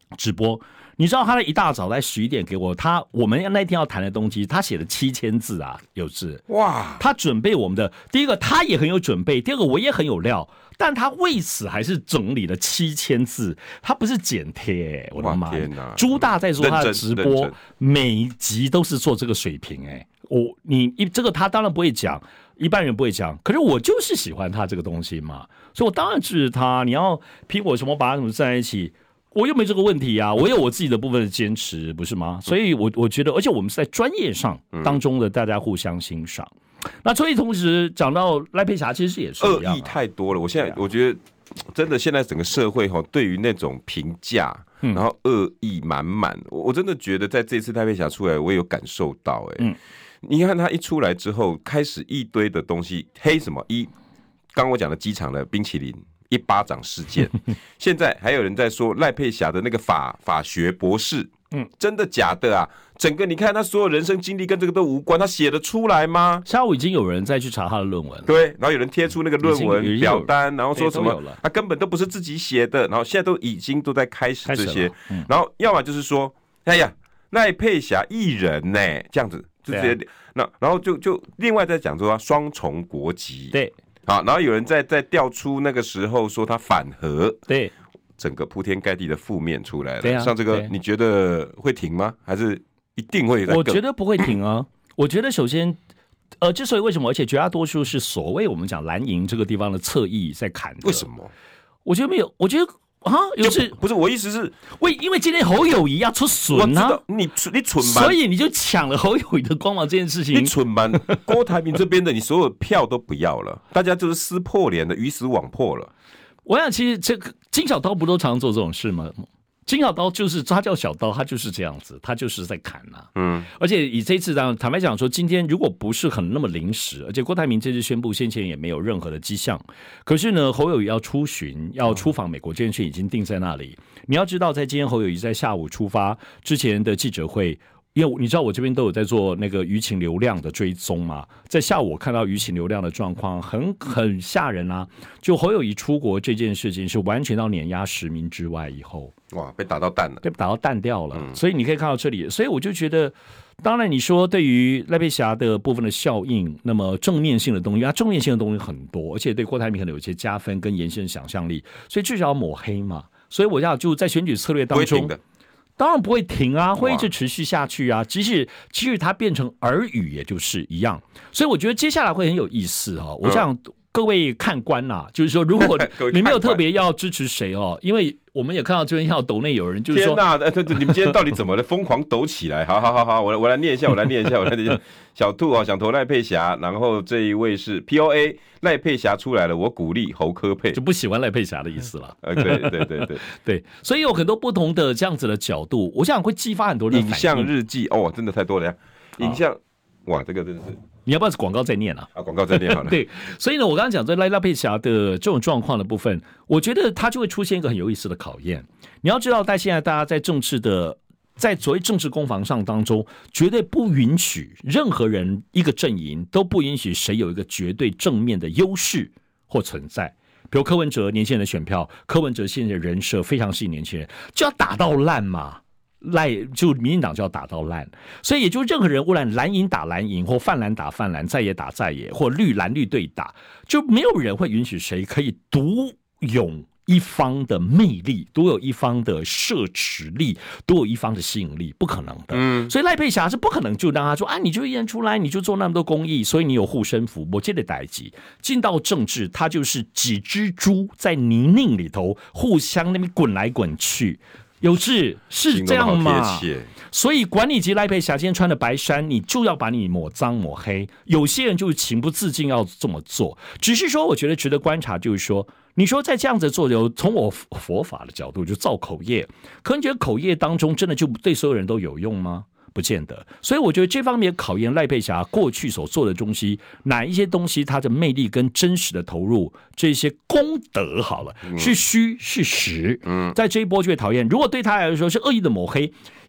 直播。你知道他的一大早在十一点给我，他我们那天要谈的东西，他写了七千字啊，有字哇！他准备我们的第一个，他也很有准备；第二个，我也很有料，但他为此还是整理了七千字，他不是剪贴、欸，我的妈！朱大在做他的直播，每一集都是做这个水平、欸，哎，我你一这个他当然不会讲，一般人不会讲，可是我就是喜欢他这个东西嘛，所以我当然支持他。你要批我什么，把他什么在一起。我又没这个问题啊，我有我自己的部分的坚持，不是吗？所以我，我我觉得，而且我们是在专业上当中的大家互相欣赏。嗯、那所以同时讲到赖佩霞，其实也是一样、啊、 恶意太多了。我现在我觉得，真的现在整个社会哈，对于那种评价，然后恶意满满，我真的觉得在这次赖佩霞出来，我也有感受到、欸。哎、嗯，你看他一出来之后，开始一堆的东西，黑什么一，刚我讲的机场的冰淇淋。一巴掌事件，现在还有人在说赖佩霞的那个法法学博士，嗯，真的假的啊？整个你看他所有人生经历跟这个都无关，他写得出来吗？ 下午已经有人再去查他的论文了， 对，然后有人贴出那个论文表单，然后说什么他根本都不是自己写的，然后现在都已经都在开始这些，嗯、然后要么就是说，哎呀，赖佩霞艺人呢、欸，这样子就直接，那、啊、然后就就另外再讲说他双重国籍， 对。 好，然后有人在在调出那个时候说他反核， 对， 整个铺天盖地的负面出来了。 对啊， 像这个，你觉得会停吗？还是一定会？ 我觉得不会停啊。我觉得首先，呃，之所以为什么，而且绝大多数是所谓我们讲蓝营这个地方的侧翼在砍的。 为什么？ 我觉得没有，我觉得。啊，就是不是我意思是， 为因为今天侯友宜要出损啊， 你你蠢吧， 所以你就抢了侯友宜的光芒这件事情。 你蠢吧，郭台铭这边的你所有票都不要了，大家就是撕破脸的，鱼死网破了。 我想，其实这个金小刀不都常做这种事吗？金小刀就是他叫小刀，他就是这样子，他就是在砍呐、啊。嗯，而且以这次当坦白讲说，今天如果不是很那么临时，而且郭台铭这次宣布先前也没有任何的迹象，可是呢，侯友宜要出巡、要出访美国这件事已经定在那里。你要知道，在今天侯友宜在下午出发之前的记者会。因为你知道我这边都有在做那个舆情流量的追踪嘛，在下午我看到舆情流量的状况很很吓人啊！就侯友宜出国这件事情是完全到碾压实名之外以后， 哇，被打到蛋了， 被打到蛋掉了。嗯、所以你可以看到这里，所以我就觉得，当然你说对于赖佩霞的部分的效应，那么正面性的东西，它正面性的东西很多，而且对郭台铭可能有一些加分跟延伸想象力，所以至少要抹黑嘛。所以我要就在选举策略当中。当然不会停啊，会一直持续下去啊。即使即使它变成耳语，也就是一样。所以我觉得接下来会很有意思哈、哦。我想各位看官呐、啊，就是说，如果你没有特别要支持谁哦，因为我们也看到这边要抖内有人就是说， 天哪，对对，你们今天到底怎么了？疯狂抖起来！好好好好，我来我来念一下，我来念一下，我来念一下。小兔啊，想投赖佩霞，然后这一位是 P O A 赖佩霞出来了，我鼓励侯科佩， 就不喜欢赖佩霞的意思了。 呃，对对对对对，所以有很多不同的这样子的角度，我想会激发很多人。 影像日记哦，真的太多了呀！影像，哇，这个真的是。 你要不要广告再念啊？ 啊，广告再念好了。 对，所以呢，我刚刚讲在赖佩霞的这种状况的部分，我觉得它就会出现一个很有意思的考验。你要知道，在现在大家在政治的。在所谓政治攻防上当中，绝对不允许任何人一个阵营都不允许谁有一个绝对正面的优势或存在。比如柯文哲年轻人的选票，柯文哲现在的人设非常吸引年轻人，就要打到烂嘛。赖就民进党就要打到烂，所以也就任何人无论蓝营打蓝营，或泛蓝打泛蓝，在野打在野，或绿蓝绿对打，就没有人会允许谁可以独拥一方的魅力，独有一方的摄持力，独有一方的吸引力，不可能的。嗯，所以赖佩霞是不可能就让他说啊，你就一人出来，你就做那么多公益，所以你有护身符。我这个代际进到政治，他就是几只猪在泥泞里头互相那边滚来滚去。有志是这样吗？所以管理级赖佩霞今天穿的白衫，你就要把你抹脏抹黑。有些人就是情不自禁要这么做，只是说我觉得值得观察，就是说，你说在这样子做，有从我佛法的角度就造口业，可你觉得口业当中真的就对所有人都有用吗？不见得，所以我觉得这方面考验赖佩霞过去所做的东西，哪一些东西它的魅力跟真实的投入，这些功德好了，是虚是实，嗯，在这一波就会讨厌。如果对他来说是恶意的抹黑，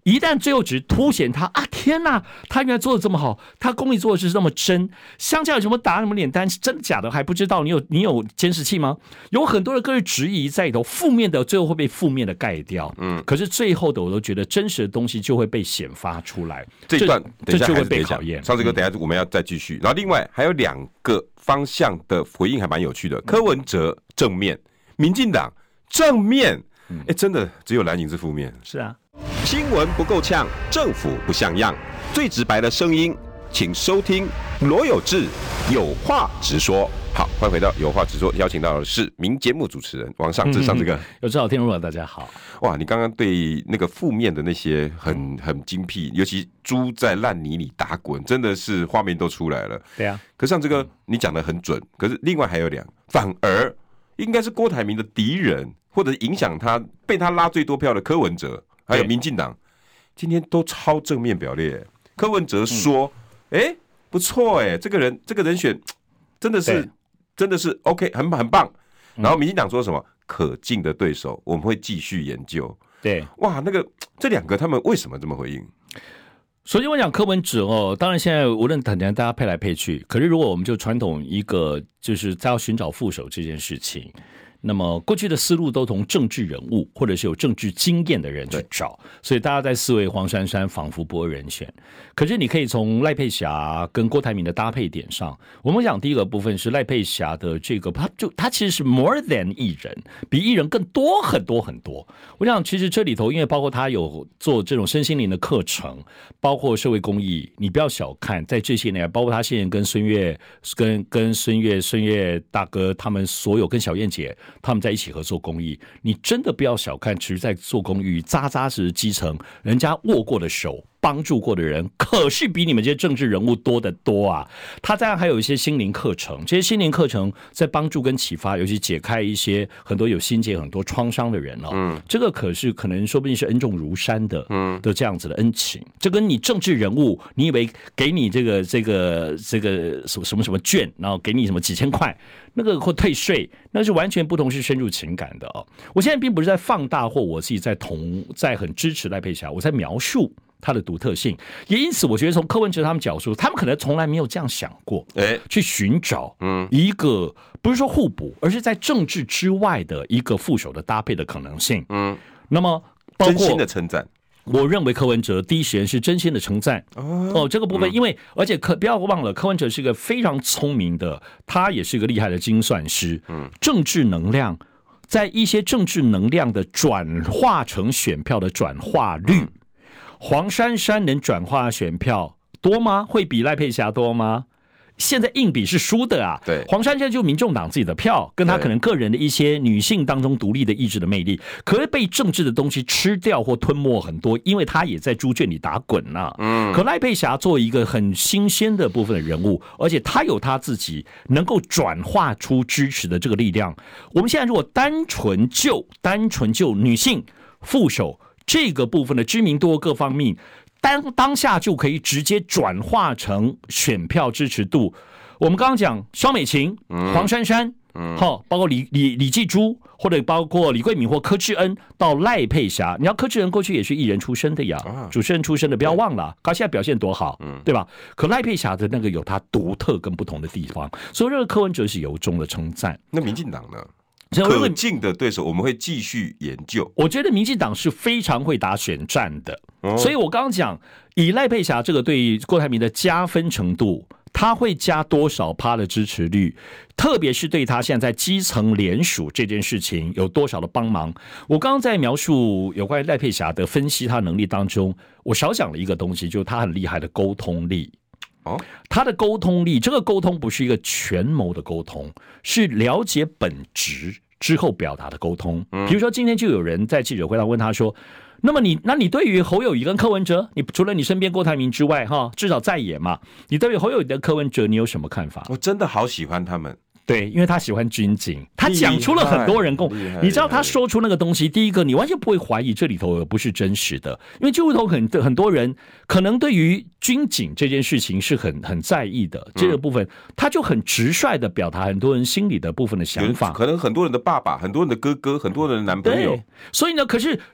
一旦最后只凸显他啊，天哪，他原来做的这么好，他功力做的是这么真，乡下有什么打什么脸单，真的假的还不知道，你有你有监视器吗？有很多的个人质疑在里头，负面的最后会被负面的盖掉，嗯，可是最后的我都觉得真实的东西就会被显发出来。 这一段这就会被考验。 上次哥，等一下我们要再继续。然后另外还有两个方向的回应还蛮有趣的，柯文哲正面，民进党正面，哎、欸，真的只有蓝营是负面。 是啊。 新闻不够呛，政府不像样，最直白的声音，请收听罗有志有话直说。 好，欢迎回到有话直说，邀请到的是名节目主持人王尚志，上这个有志好听众大家好。 哇，你刚刚对那个负面的那些很很精辟，尤其猪在烂泥里打滚，真的是画面都出来了。 对啊， 可是像这个你讲的很准，可是另外还有两，反而应该是郭台铭的敌人，或者影响他被他拉最多票的柯文哲。还有民进党今天都超正面表列，柯文哲说：“哎、嗯欸，不错哎、欸，这个人这个人选真的是真的是 OK， 很很棒。”然后民进党说什么？可敬的对手，我们会继续研究。 对， 哇，那个这两个他们为什么这么回应？ 首先我讲柯文哲哦，当然现在无论坦坦大家配来配去，可是如果我们就传统一个就是他要寻找副手这件事情。那么过去的思路都从政治人物或者是有政治经验的人去找，所以大家在思维黄珊珊仿佛不二人选。可是你可以从赖佩霞跟郭台铭的搭配点上，我们讲第一个部分是赖佩霞的这个，他就他其实是 more than 艺人，比艺人更多很多很多。我想其实这里头，因为包括他有做这种身心灵的课程，包括社会公益，你不要小看在这些年，包括他现在跟孙越、跟跟孙越、孙越大哥他们所有跟小燕姐。他们在一起合作公益，你真的不要小看，其实在做公益扎扎实实基层，人家握过的手帮助过的人，可是比你们这些政治人物多得多啊。他当然还有一些心灵课程，这些心灵课程在帮助跟启发，尤其解开一些很多有心结、很多创伤的人哦。嗯，这个可是可能说不定是恩重如山的，嗯，的这样子的恩情。这跟你政治人物，你以为给你这个这个这个什么什么什么券，然后给你什么几千块。那个或退税，那是完全不同，是深入情感的哦。我现在并不是在放大或我自己在同在很支持赖佩霞，我在描述它的独特性。也因此，我觉得从柯文哲他们角度，他们可能从来没有这样想过，哎，去寻找嗯一个不是说互补，而是在政治之外的一个副手的搭配的可能性。嗯，那么包括真心的称赞。 我认为柯文哲第一时间是真心的称赞哦，这个部分，因为而且可不要忘了，柯文哲是一个非常聪明的，他也是一个厉害的精算师。嗯，政治能量在一些政治能量的转化成选票的转化率，黄珊珊能转化选票多吗？会比赖佩霞多吗？现在硬比是输的啊， 对， 黄珊珊就民众党自己的票，跟他可能个人的一些女性当中独立的意志的魅力，可是被政治的东西吃掉或吞没很多，因为他也在猪圈里打滚呐、啊。嗯，可赖佩霞作为一个很新鲜的部分的人物，而且他有他自己能够转化出支持的这个力量。我们现在如果单纯就单纯就女性副手这个部分的知名度各方面。当当下就可以直接转化成选票支持度。我们刚刚讲萧美琴、嗯、黄珊珊，嗯，好，包括李李李继珠，或者包括李桂敏或柯志恩到赖佩霞。你要柯志恩过去也是艺人出身的呀，啊、主持人出身的，不要忘了，他现在表现多好，嗯，对吧？可赖佩霞的那个有他独特跟不同的地方，所以这个柯文哲是由衷的称赞。 那民进党呢？可敬的对手，我们会继续研究。 我觉得民进党是非常会打选战的，哦、所以我刚刚讲，以赖佩霞这个对郭台铭的加分程度，他会加多少趴的支持率？特别是对他现在在基层联署这件事情有多少的帮忙？我刚刚在描述有关于赖佩霞的分析他能力当中，我少讲了一个东西，就是他很厉害的沟通力。哦，他的沟通力，这个沟通不是一个权谋的沟通，是了解本质之后表达的沟通。嗯，比如说今天就有人在记者会上问他说：“那么你，那你对于侯友宜跟柯文哲，你除了你身边郭台铭之外，哈，至少在野嘛，你对于侯友宜的柯文哲，你有什么看法？” 我真的好喜欢他们。 对，因为他喜欢军警，他讲出了很多人共，你知道他说出那个东西，第一个你完全不会怀疑这里头不是真实的，因为就如同很很多人可能对于军警这件事情是很很在意的，这个部分、嗯、他就很直率的表达很多人心里的部分的想法， 可能很多人的爸爸，很多人的哥哥，很多人的男朋友， 所以呢，可是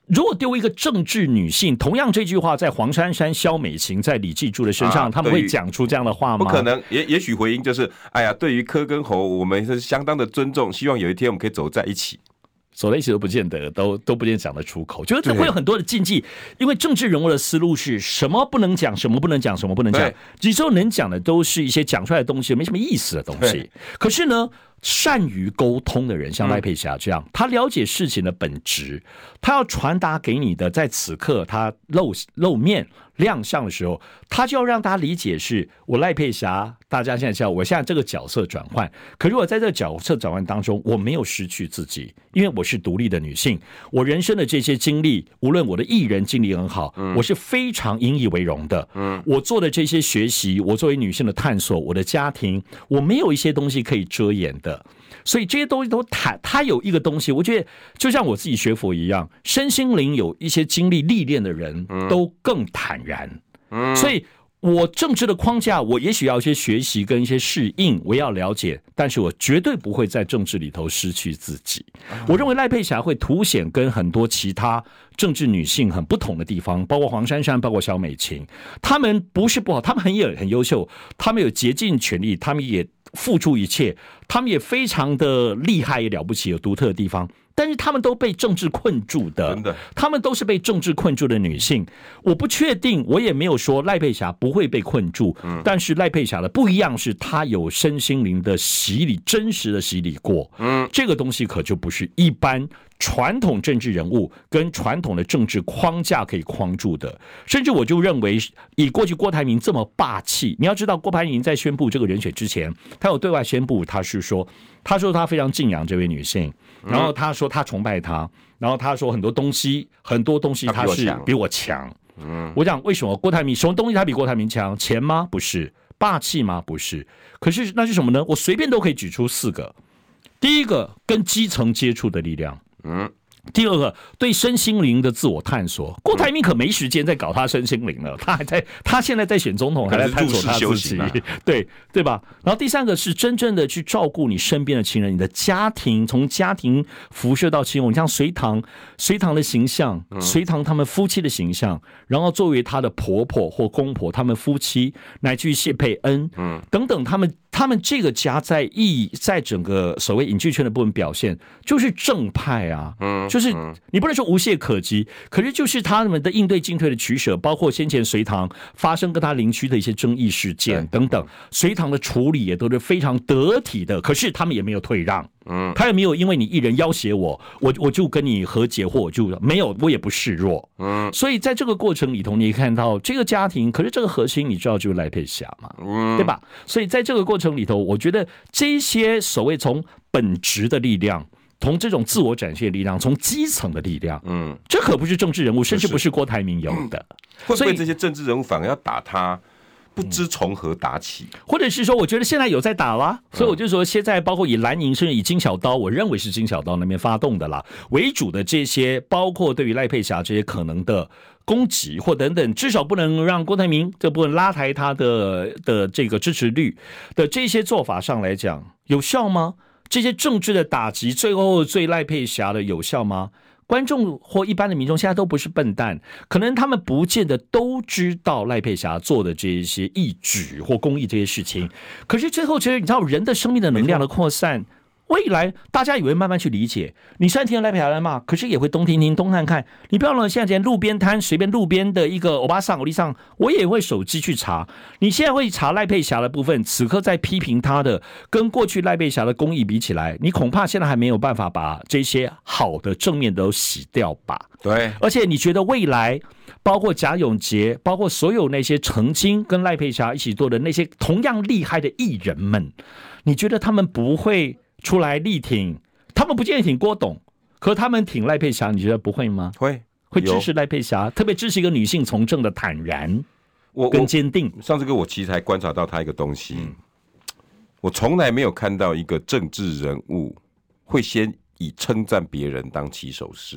如果丢一个政治女性，同样这句话在黄珊珊、萧美琴、在李济柱的身上，啊、他们会讲出这样的话吗？ 不可能，也也许回应就是，哎呀，对于柯跟侯，我们是相当的尊重，希望有一天我们可以走在一起。 走在一起都不见得，都都不见得讲得出口，就是会有很多的禁忌，因为政治人物的思路是什么不能讲，什么不能讲，什么不能讲，你之后能讲的都是一些讲出来的东西没什么意思的东西。可是呢，善于沟通的人，像赖佩霞这样，嗯、他了解事情的本质，他要传达给你的，在此刻他露露面亮相的时候，他就要让大家理解是我赖佩霞，大家现在叫我现在这个角色转换。可是我在这个角色转换当中，我没有失去自己，因为我是独立的女性，我人生的这些经历，无论我的艺人经历很好，嗯、我是非常引以为荣的。嗯，我做的这些学习，我作为女性的探索，我的家庭，我没有一些东西可以遮掩的。所以这些东西都坦，他有一个东西，我觉得就像我自己学佛一样，身心灵有一些经历历练的人都更坦然。嗯，所以我政治的框架，我也许要一些学习跟一些适应，我要了解，但是我绝对不会在政治里头失去自己。我认为赖佩霞会凸显跟很多其他政治女性很不同的地方，包括黄珊珊，包括萧美琴，她们不是不好，她们很也很优秀，她们有竭尽全力，她们也付出一切，他们也非常的厉害，也了不起，有独特的地方，但是他们都被政治困住的，真的，他们都是被政治困住的女性。我不确定，我也没有说赖佩霞不会被困住，嗯、但是赖佩霞的不一样是，她有身心灵的洗礼，真实的洗礼过，嗯，这个东西可就不是一般传统政治人物跟传统的政治框架可以框住的。甚至我就认为，以过去郭台铭这么霸气，你要知道，郭台铭在宣布这个人选之前，他有对外宣布，他是说，他说他非常敬仰这位女性，然后他说他崇拜她，然后他说很多东西，很多东西他是比我强。嗯，我讲为什么郭台铭什么东西他比郭台铭强？钱吗？不是。霸气吗？不是。可是那是什么呢？我随便都可以举出四个。第一个，跟基层接触的力量。嗯，第二个，对身心灵的自我探索。郭台铭可没时间在搞他身心灵了，他还在，他现在在选总统，还在探索他自己，啊、对对吧？然后第三个是真正的去照顾你身边的亲人，你的家庭，从家庭辐射到亲友。你像隋棠，隋棠的形象，隋棠他们夫妻的形象，然后作为他的婆婆或公婆，他们夫妻，乃至于谢佩恩，嗯，等等，他们。他们这个家在意在整个所谓影剧圈的部分表现，就是正派啊，嗯，就是你不能说无懈可击，可是就是他们的应对进退的取舍，包括先前隋棠发生跟他邻居的一些争议事件等等，隋棠的处理也都是非常得体的，可是他们也没有退让。嗯，他也没有因为你一人要挟我，我我就跟你和解，或我就没有，我也不示弱。嗯，所以在这个过程里头，你看到这个家庭，可是这个核心你知道就是赖佩霞嘛，嗯，对吧？所以在这个过程里头，我觉得这些所谓从本质的力量，从这种自我展现的力量，从基层的力量，嗯，这可不是政治人物，甚至不是郭台铭有的。 会不会这些政治人物反而要打他？不知从何打起， 或者是说，我觉得现在有在打啦，所以我就说，现在包括以蓝营甚至以金小刀，我认为是金小刀那边发动的啦为主的这些，包括对于赖佩霞这些可能的攻击或等等，至少不能让郭台铭这部分拉抬他的的这个支持率的这些做法上来讲，有效吗？这些政治的打击，最后对赖佩霞的有效吗？观众或一般的民众现在都不是笨蛋，可能他们不见得都知道赖佩霞做的这些义举或公益这些事情，可是最后其实你知道人的生命的能量的扩散，未来大家也会慢慢去理解。你虽然听了赖佩霞来骂，可是也会东听听东看看。你不要忘了，现在连路边摊随便路边的一个欧巴桑、欧丽桑，我也会手机去查。你现在会查赖佩霞的部分，此刻在批评他的，跟过去赖佩霞的公益比起来，你恐怕现在还没有办法把这些好的正面都洗掉吧？ 对。 而且你觉得未来，包括贾永杰，包括所有那些曾经跟赖佩霞一起做的那些同样厉害的艺人们，你觉得他们不会出来力挺？他们不见得挺郭董，可他们挺赖佩霞，你觉得不会吗？ 会， 会支持赖佩霞，特别支持一个女性从政的坦然跟坚定。 上次跟我其实还观察到他一个东西，嗯、我从来没有看到一个政治人物会先以称赞别人当起手式。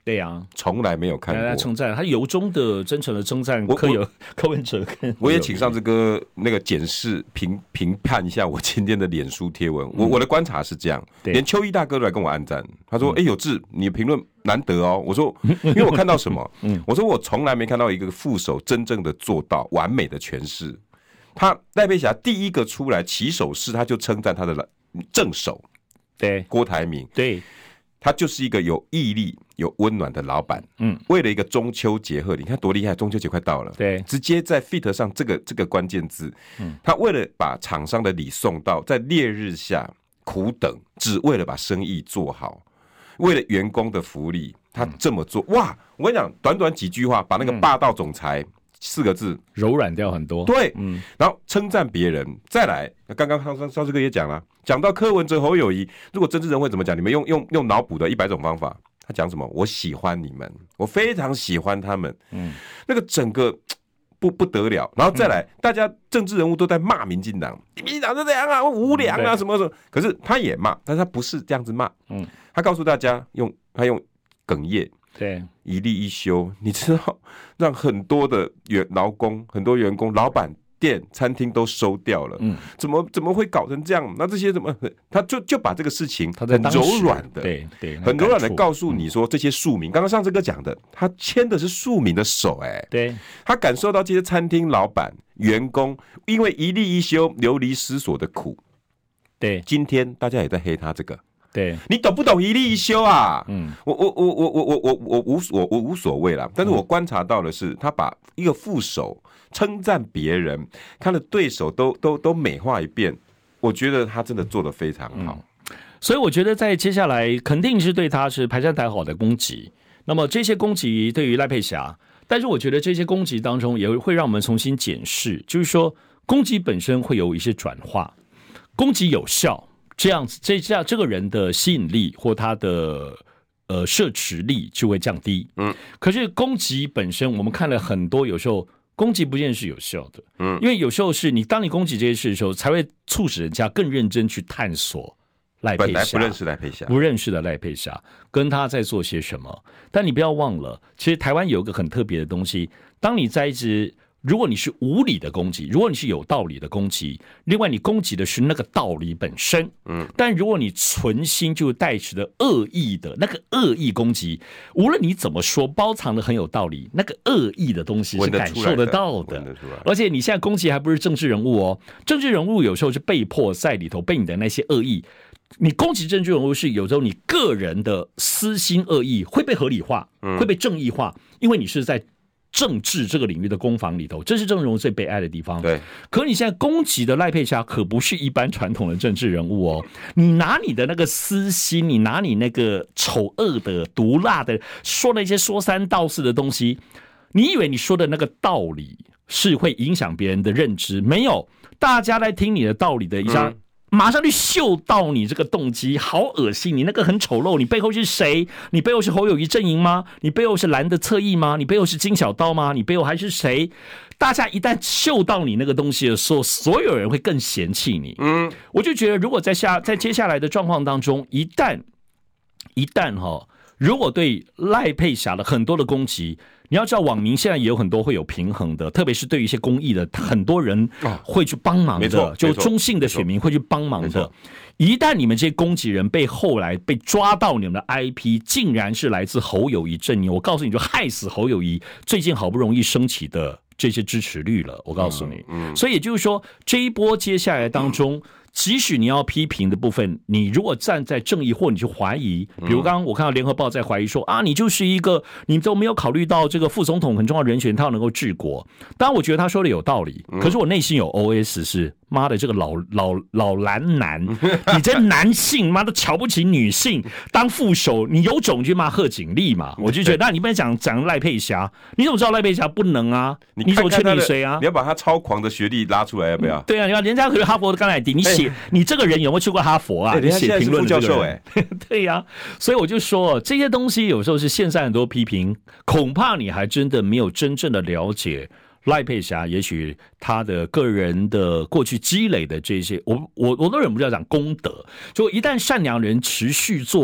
对呀、啊， 从来没有看过。 大家称赞他由衷的、真诚的称赞柯有柯文哲跟。 我也请上这个那个检视评评判一下我今天的脸书贴文。我我的观察是这样，连邱毅大哥都来跟我按赞，他说：“哎、欸，有志，你的评论难得哦。”我说：“因为我看到什么？我说我从来没看到一个副手真正的做到完美的诠释。他赖佩霞第一个出来起手式，他就称赞他的正手， 对郭台铭， 对。” 他就是一个有毅力、有温暖的老板。嗯，为了一个中秋节贺，你看多厉害！中秋节快到了， 对， 直接在 fit 上这个这个关键字，嗯，他为了把厂商的礼送到，在烈日下苦等，只为了把生意做好，为了员工的福利，他这么做，嗯、哇！我跟你讲，短短几句话，把那个霸道总裁。嗯四个字柔软掉很多， 对，嗯，然后称赞别人，再来，刚刚上上次哥也讲了，讲到柯文哲、侯友宜，如果政治人会怎么讲？你们用用用脑补的一百种方法，他讲什么？我喜欢你们，我非常喜欢他们，嗯，那个整个不不得了，然后再来，嗯、大家政治人物都在骂民进党，民进党就这样啊，无良啊，什么什么，可是他也骂，但是他不是这样子骂，嗯，他告诉大家用他用哽咽。 对， 一例一休，你知道，让很多的员劳工、很多员工、老板、店、餐厅都收掉了。嗯，怎么怎么会搞成这样？那这些怎么，他就就把这个事情很柔软的， 对对， 很柔软的告诉你说，这些庶民，刚刚上次哥讲的，他牵的是庶民的手、欸，哎， 对， 他感受到这些餐厅老板、员工因为一例一休流离失所的苦。 对， 今天大家也在黑他这个。 对， 你懂不懂一例一休啊？嗯，我我我我我我我我无所我无所谓啦。但是我观察到的是，他把一个副手称赞别人，他的对手都都都美化一遍，我觉得他真的做得非常好。 嗯、所以我觉得在接下来肯定是对他是排山倒海的攻击。那么这些攻击对于赖佩霞，但是我觉得这些攻击当中也会让我们重新检视，就是说攻击本身会有一些转化，攻击有效。这样子，这这样这个人的吸引力或他的呃摄持力就会降低。嗯，可是攻击本身，我们看了很多，有时候攻击不见得是有效的。嗯，因为有时候是你当你攻击这些事的时候，才会促使人家更认真去探索赖佩霞， 本来不认识赖佩霞， 不认识的赖佩霞跟他在做些什么。但你不要忘了，其实台湾有一个很特别的东西，当你在一直。如果你是无理的攻击，如果你是有道理的攻击，另外你攻击的是那个道理本身，嗯，但如果你存心就带持的恶意的那个恶意攻击，无论你怎么说，包藏的很有道理，那个恶意的东西是感受得到的， 的而且你现在攻击还不是政治人物哦，政治人物有时候是被迫在里头被你的那些恶意。你攻击政治人物是有时候你个人的私心恶意会被合理化，嗯、会被正义化，因为你是在。政治这个领域的攻防里头，这是政治人物最悲哀的地方。 对， 可你现在攻击的赖佩霞可不是一般传统的政治人物哦。你拿你的那个私心，你拿你那个丑恶的、毒辣的，说了一些说三道四的东西，你以为你说的那个道理是会影响别人的认知？没有，大家来听你的道理的一下。嗯马上就嗅到你这个动机，好恶心！你那个很丑陋，你背后是谁？你背后是侯友宜阵营吗？你背后是蓝的侧翼吗？你背后是金小刀吗？你背后还是谁？大家一旦嗅到你那个东西的时候，所有人会更嫌弃你。嗯，我就觉得，如果在下在接下来的状况当中，一旦一旦哈、哦，如果对赖佩霞的很多的攻击。你要知道，网民现在也有很多会有平衡的，特别是对于一些公益的，很多人会去帮忙的，就中性的选民会去帮忙的。一旦你们这些攻击人被后来被抓到你们的 I P， 竟然是来自侯友宜阵营，我告诉你，就害死侯友宜最近好不容易升起的这些支持率了。我告诉你，嗯嗯、所以也就是说，这一波接下来当中。嗯即使你要批评的部分，你如果站在正义或你去怀疑，比如刚刚我看到联合报在怀疑说啊，你就是一个你都没有考虑到这个副总统很重要的人选，他要能够治国。当然，我觉得他说的有道理，可是我内心有 O S 是妈的这个老老老蓝男，你这男性妈的瞧不起女性，当副手你有种去骂贺锦丽嘛？我就觉得，那你不能讲讲赖佩霞，你怎么知道赖佩霞不能啊？ 你你怎么确定谁啊？ 你要把他超狂的学历拉出来，要不要？ 对啊，你看人家可是哈佛的甘乃迪，你写。你这个人有没有去过哈佛啊？你写评论的这个人，对呀、啊，所以我就说这些东西有时候是现在很多批评，恐怕你还真的没有真正的了解赖佩霞，也许他的个人的过去积累的这些，我我我都忍不住要讲功德，就一旦善良人持续做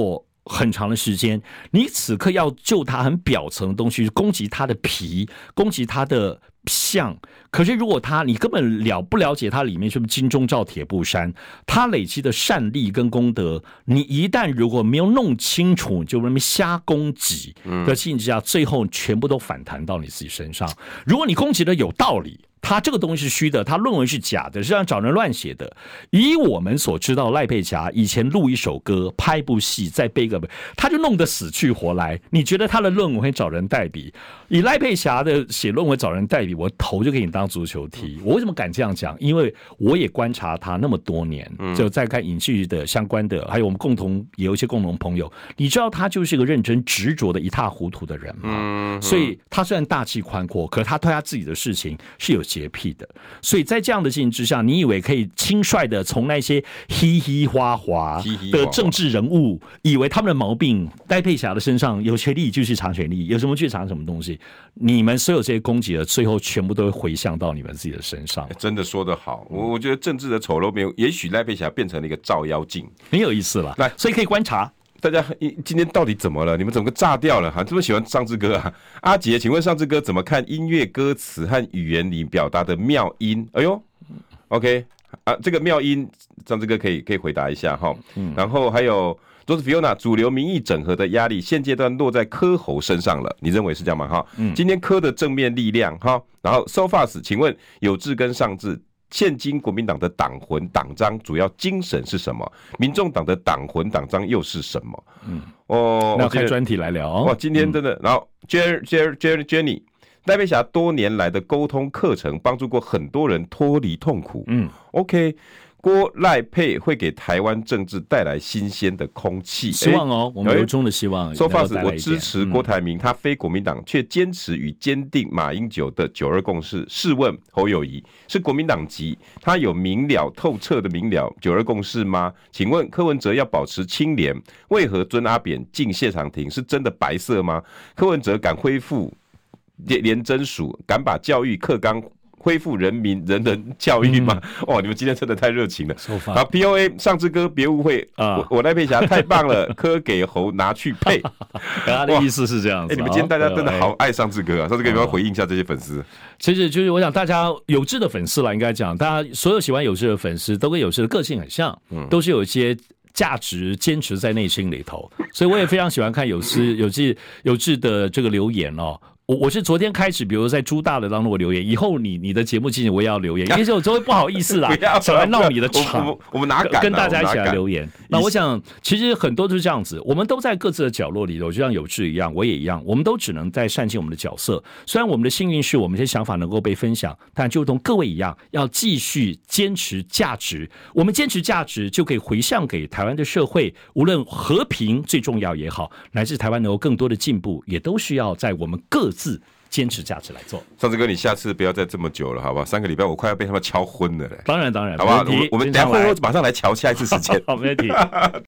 很长的时间，你此刻要就它很表层的东西，攻击它的皮，攻击它的相。可是如果他你根本了不了解它里面是不是金钟罩铁布衫，他累积的善力跟功德，你一旦如果没有弄清楚，就那么瞎攻击的情况之下，最后全部都反弹到你自己身上。如果你攻击的有道理，他这个东西是虚的，他论文是假的，是让找人乱写的。以我们所知道，赖佩霞以前录一首歌、拍部戏、再背个，他就弄得死去活来。你觉得他的论文会找人代笔？以赖佩霞的写论文找人代笔，我头就给你当足球踢。我为什么敢这样讲？因为我也观察他那么多年，就在看影剧的相关的，还有我们共同也有一些共同朋友。你知道他就是一个认真执着的一塌糊涂的人吗？所以他虽然大气宽阔，可他对他自己的事情是有洁癖的，所以在这样的情形之下，你以为可以轻率的从那些嘻嘻花花的政治人物，以为他们的毛病，赖佩霞的身上有权利就去查权利，有什么去查什么东西，你们所有这些攻击的，最后全部都会回向到你们自己的身上。 真的说得好，我我觉得政治的丑陋没有，也许赖佩霞变成了一个照妖镜， 很有意思了。来，所以可以观察。 大家今天到底怎么了？你们怎么炸掉了？哈，这么喜欢上志哥啊？阿杰，请问上志哥怎么看音乐歌词和语言里表达的妙音？哎呦 ，OK 啊，这个妙音，上志哥可以可以回答一下哈。然后还有 Josephina， 主流民意整合的压力现阶段落在柯侯身上了，你认为是这样吗？哈，今天柯的正面力量哈，然后 so fast， 请问有志跟上志，现今国民党的党魂党章主要精神是什么？民众党的党魂党章又是什么？嗯，哦， 那要开专题来聊。 哇，今天真的，嗯、然后 Jenny Jenny Jenny， 赖佩霞多年来的沟通课程帮助过很多人脱离痛苦。嗯 ，OK。郭赖佩会给台湾政治带来新鲜的空气， 希望哦，我们由衷的希望。 So far， 我支持郭台铭，他非国民党，却坚持与坚定马英九的九二共识。试问侯友宜是国民党籍，他有明了透彻的明了九二共识吗？请问柯文哲要保持清廉，为何尊阿扁进谢长廷是真的白色吗？柯文哲敢恢复廉政署，敢把教育课纲恢复人民人人教育吗？嗯、哦，你们今天真的太热情了。好 ，P O A 上志哥别误会啊，我我赖佩霞太棒了，柯给侯拿去配。 他的意思是这样子。 哎、欸，你们今天大家真的好爱上志哥啊！上志哥有没有回应一下这些粉丝？ 其实就是我想大家有志的粉丝啦，应该讲，大家所有喜欢有志的粉丝都跟有志的个性很像，嗯、都是有一些价值坚持在内心里头，所以我也非常喜欢看有志有志有志的这个留言哦。我我是昨天开始，比如在朱大的当中我留言，以后你你的节目进行我也要留言，因为有时候不好意思啦，想来闹你的场， 我, 我, 我们哪敢、啊、 跟大家一起来留言？那我想，其实很多都是这样子，我们都在各自的角落里头，就像有志一样，我也一样，我们都只能在善尽我们的角色。虽然我们的幸运是我们这些想法能够被分享，但就同各位一样，要继续坚持价值。我们坚持价值，就可以回向给台湾的社会，无论和平最重要也好，乃至台湾能够更多的进步，也都需要在我们各自坚持价值来做。 上次哥，你下次不要再这么久了，好不好？三个礼拜我快要被他们敲昏了嘞。 当然，当然， 好不好？我们等一下会马上来瞧下一次时间。 好，没问题。